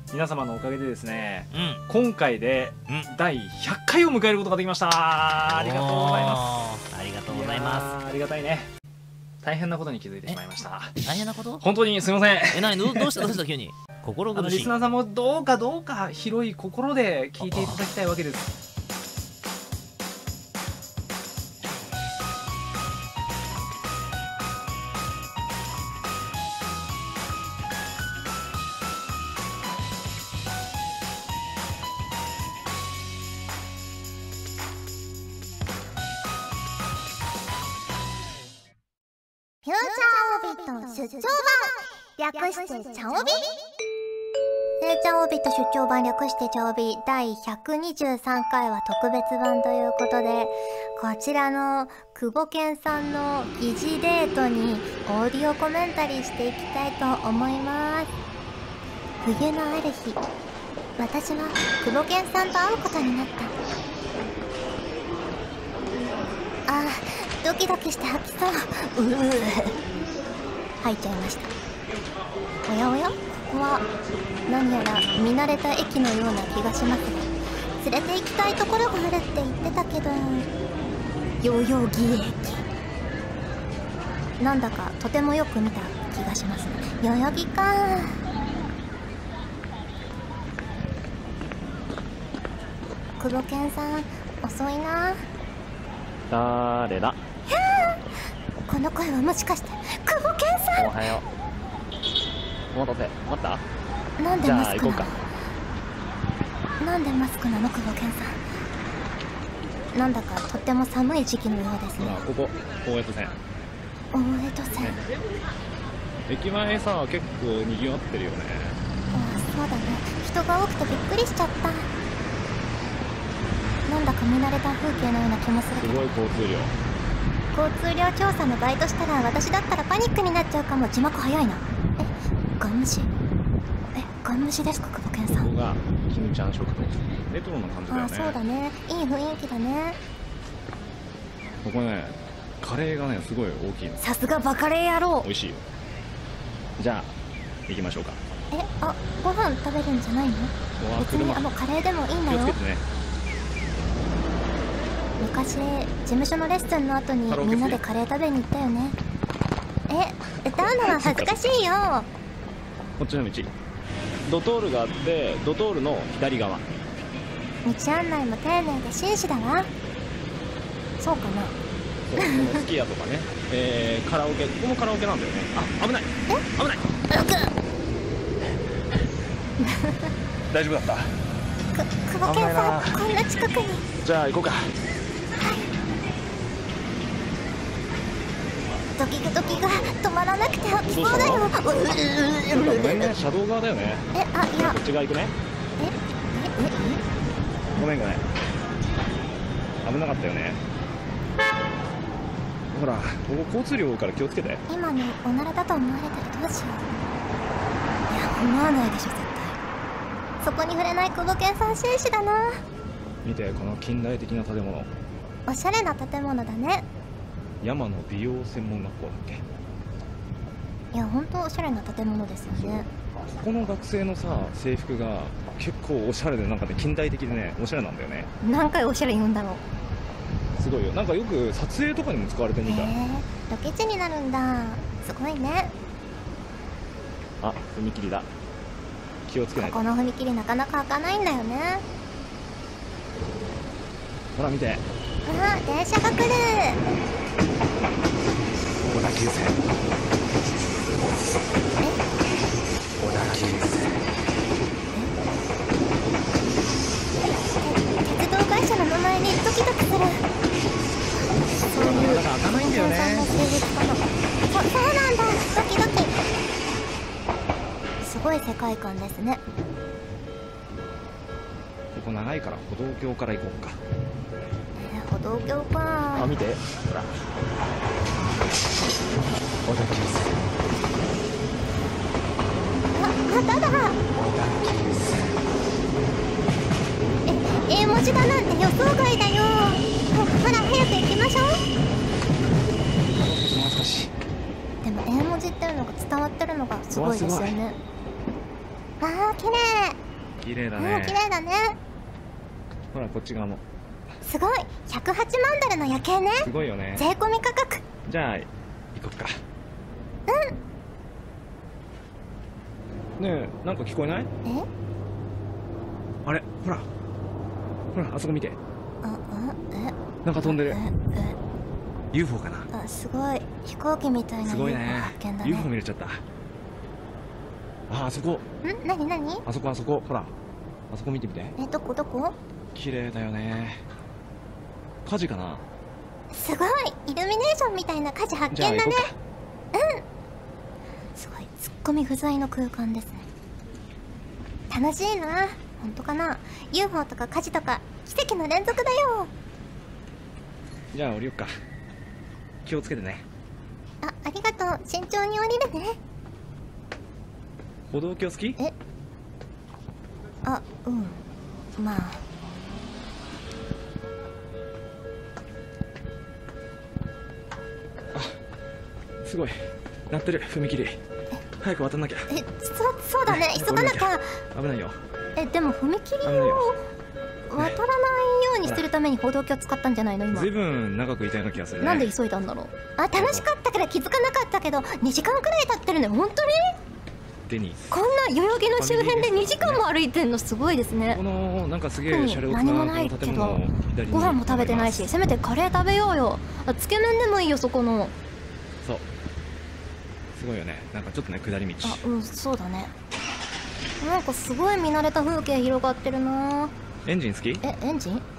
皆様のおかげでですね、 うん今回で第100回を迎えることができました。ありがとうございます。 ありがとうございまありがたいね。大変なことに気づいてしまいました。 す。大変なこと？ 本当にすみません。 何どうした急に。心苦しい。 リスナーさんもどうか広い心で聞いていただきたいわけです。 フューチャーオービット出張版略してチャオビ。フューチャーオービット出張版略してチャオビ第123回は特別版ということで、こちらの久保健さんの疑似デートにオーディオコメンタリーしていきたいと思います。冬のある日、私は久保健さんと会うことになった。ああ、ドキドキして吐きそう。吐いちゃいました。おやおや、ここは何やら見慣れた駅のような気がしますが、連れて行きたいところがあるって言ってたけど、代々木駅、なんだかとてもよく見た気がしますね。代々木か。久保健さん遅いな。 誰だ？ この声はもしかして久保健さん？ おはよう。お待たせ。待った？ なんでじゃマスクなの？ あ行こうか。 なんでマスクなの久保健さん。なんだかとっても寒い時期のようですね。 ここ大江戸線。 大江戸線、 駅前さ結構賑わってるよね。 あ、そうだね。人が多くてびっくりしちゃった。なんだか見慣れた風景のような気もするけど。 すごい交通量。 交通量調査のバイトしたら私だったらパニックになっちゃうかも。字幕早いな。ガン虫？ガン虫ですか久保健さん。 ここがキムちゃん食堂。レトロな感じだよね。 あ、そうだね。いい雰囲気だね。 ここね、カレーがねすごい大きいの。 さすがバカレー野郎。 美味しいよ。じゃあ行きましょうか。 あ、ご飯食べるんじゃないの？別にカレーでもいいんだよ。 気をつけてね。 昔事務所のレッスンの後にみんなでカレー食べに行ったよね。歌うのは恥ずかしいよ。 こっちの道。ドトールがあって、ドトールの左側。 道案内も丁寧で紳士だわ。そうかな。 そう、このすき家とかね、カラオケ、ここもカラオケなんだよね。あ、危ない。危ない。大丈夫だった。 久保健さん、こんな近くに。 じゃあ行こうか。 ドキドキが止まらなくて吐きそうだよ。 ごめんね、車道側だよね。 いや、 こっち側行くね。ごめん。危なかったよね。ほら、ここ交通量多いから気をつけて。 今におならだと思われたらどうしよう。いや、思わないでしょ絶対。そこに触れない久保健さん紳士だな。 見て、この近代的な建物。 おしゃれな建物だね。 山野美容専門学校だっけ。 いや、ほんとおしゃれな建物ですよね。 ここの学生のさ、制服が結構おしゃれで、なんかね、近代的でね、おしゃれなんだよね。 何回おしゃれ言うんだろう。 すごいよ。なんかよく撮影とかにも使われてるみたい。 ロケ地になるんだ。すごいね。 あ、踏切だ。気をつけないと。 ここの踏切なかなか開かないんだよね。 ほら見て。 電車が来る。 小田急線。小田急線。 鉄道会社の名前にドキドキする。そういうだから開かないんだよね。 そうなんだ。ドキドキ。すごい世界観ですね。 ここ長いから歩道橋から行こうか。 歩道橋か。 見て、ほら。小田急線。 まただ。 小田急線。 英文字だなんて予想外だよ。ほら早く行きましょう。 もう少し。 でも英文字っていうのが伝わってるのがすごいですよね。 ああ綺麗。うん、 綺麗だね。 綺麗だね。 ほらこっち側もすごい。108万ドルの夜景ね。 すごいよね。 税込み価格。 じゃあ行こっか。ねえ、なんか聞こえない？ え？ あれ、ほらほら、あそこ見て。 えなんか飛んでる。 え UFO かな。 あ、すごい。飛行機みたいなすごい UFO ね。 発見だ UFO ね。 見れちゃった。あそこ、 なになに？ あそこ、あそこ、ほらあそこ見てみて。 どこどこ？ 綺麗だよね。火事かな。 すごい。イルミネーションみたいな火事発じゃあ見だね。 行こうか。 すごい。ツッコミ不在の空間ですね。楽しいな。本当かな。 UFO とか火事とか奇跡の連続だよ。 じゃあ降りよっか。気をつけてね。 ありがとう。慎重に降りるね。 歩道橋好き？ うん。まあ。 すごい鳴ってる踏切。早く渡んなきゃ。 そうだね。急がなきゃ。 危ないよ。 でも踏切危ないよ。 を渡らないようにするために歩道橋使ったんじゃないの今。 ずいぶん長くいたような気がするね。 なんで急いだんだろう。楽しかったから気づかなかったけど2時間くらい経ってるね。本当にデニーズ。 こんな代々木の周辺で2時間も歩いてんのすごいですね。 このなんかすげえシャレオツな何もないけどこの建物の左にご飯も食べてないし、せめてカレー食べようよ。つけ麺でもいいよそこの。 そうすごいよね。なんかちょっとね下り道。 そうだね。なんかすごい見慣れた風景広がってるな。 エンジン好き？ エンジン？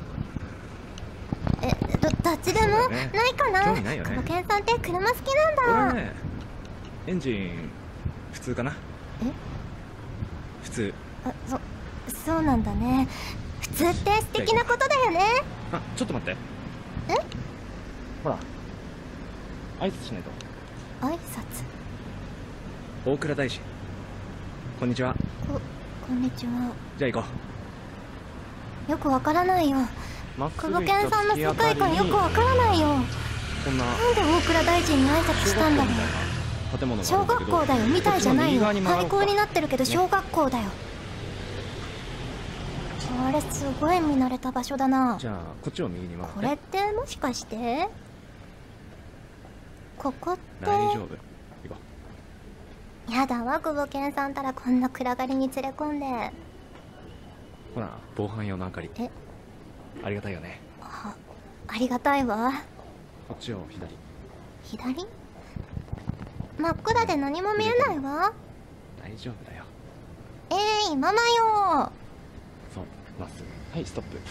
どっちでもそうだねないかな。 興味ないよね。 久保健さんって車好き俺なんだ。 はねエンジン普通かな。普通。 そうなんだね。普通って素敵なことだよね。 ちょっと待って。ほら挨拶しないと。 挨拶？ 大倉大臣こんにちは。 こんにちは。 じゃあ行こよくわからないよ。 う。 久保健さんの世界観よくわからないよ。 こんななんで大倉大臣に挨拶したんだろう。 建物があ小るんだけど、 学校だよ。みたいじゃないよ。 こっちの右側に廃校になっってるけど小学校だよ。あれすごい見慣れた場所だな。 じゃあこっちを右に回って。 これってもしかしてここって大丈夫。行こやだわ。久保健さんたらこんな暗がりに連れ込んで。 う。ほら防犯用の明かり。 えありがたいよね。 ありがたいわ。 こっちを左。 左？真っ暗で何も見えないわ。 大丈夫だよ。 ママよ。 そうまっすぐ。はいストップ。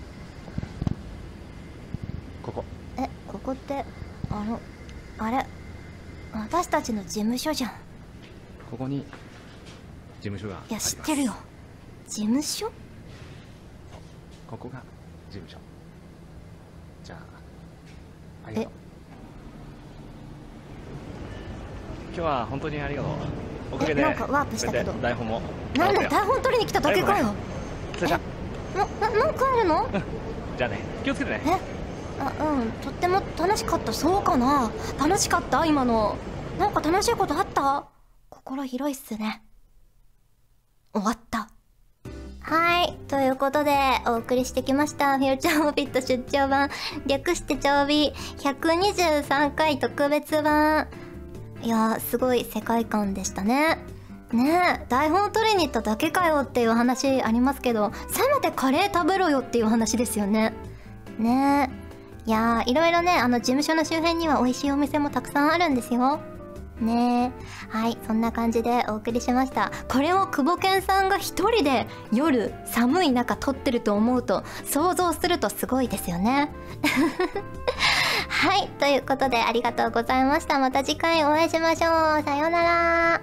ここ。 ここってあれ私たちの事務所じゃん。 ここに事務所がありいやます。 知ってるよ。事務所？ ここが事務所。じゃあありがとう。今日は本当にありがとう。おかげでなんかワープしたけどこうやって台本もなんだよ。 台本取りに来ただけかよ。 それじゃもう帰るの？ じゃあね気をつけてね。 とっても楽しかった。そうかな。楽しかった今の。なんか楽しいことあった？心広いっすね。終わった。はい。ということで、お送りしてきました。フューチャーオービット出張版。略して超美123回特別版。いやー、すごい世界観でしたね。ねえ、台本取りに行っただけかよっていう話ありますけど、せめてカレー食べろよっていう話ですよね。ねえ。いやー、いろいろね、事務所の周辺には美味しいお店もたくさんあるんですよ。ねえ。はい、そんな感じでお送りしました。これを久保健さんが一人で夜寒い中撮ってると思うと、想像するとすごいですよね。はい、ということでありがとうございました。また次回お会いしましょう。さようなら。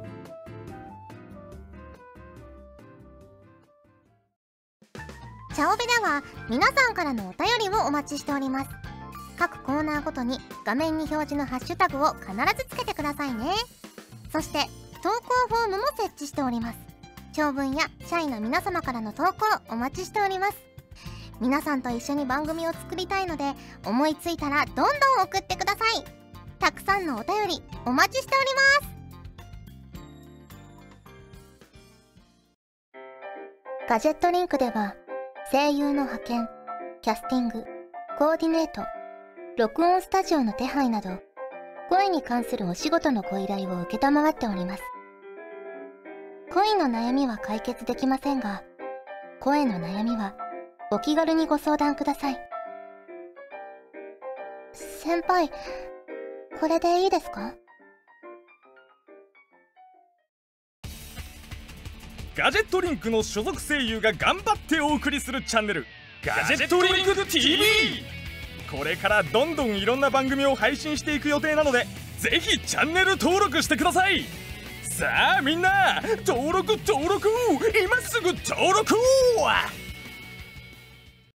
チャオベでは皆さんからのお便りをお待ちしております。各コーナーごとに画面に表示のハッシュタグを必ずつけてくださいね。そして投稿フォームも設置しております。長文や社員の皆様からの投稿お待ちしております。皆さんと一緒に番組を作りたいので、思いついたらどんどん送ってください。たくさんのお便りお待ちしております。 ガジェットリンクでは声優の派遣、キャスティング、コーディネート、録音スタジオの手配など声に関するお仕事のご依頼を承っております。恋の悩みは解決できませんが、声の悩みはお気軽にご相談ください。先輩、これでいいですか？ ガジェットリンクの所属声優が頑張ってお送りするチャンネル、ガジェットリンク TV。 これからどんどんいろんな番組を配信していく予定なので、ぜひチャンネル登録してください。さあみんな、登録今すぐ登録。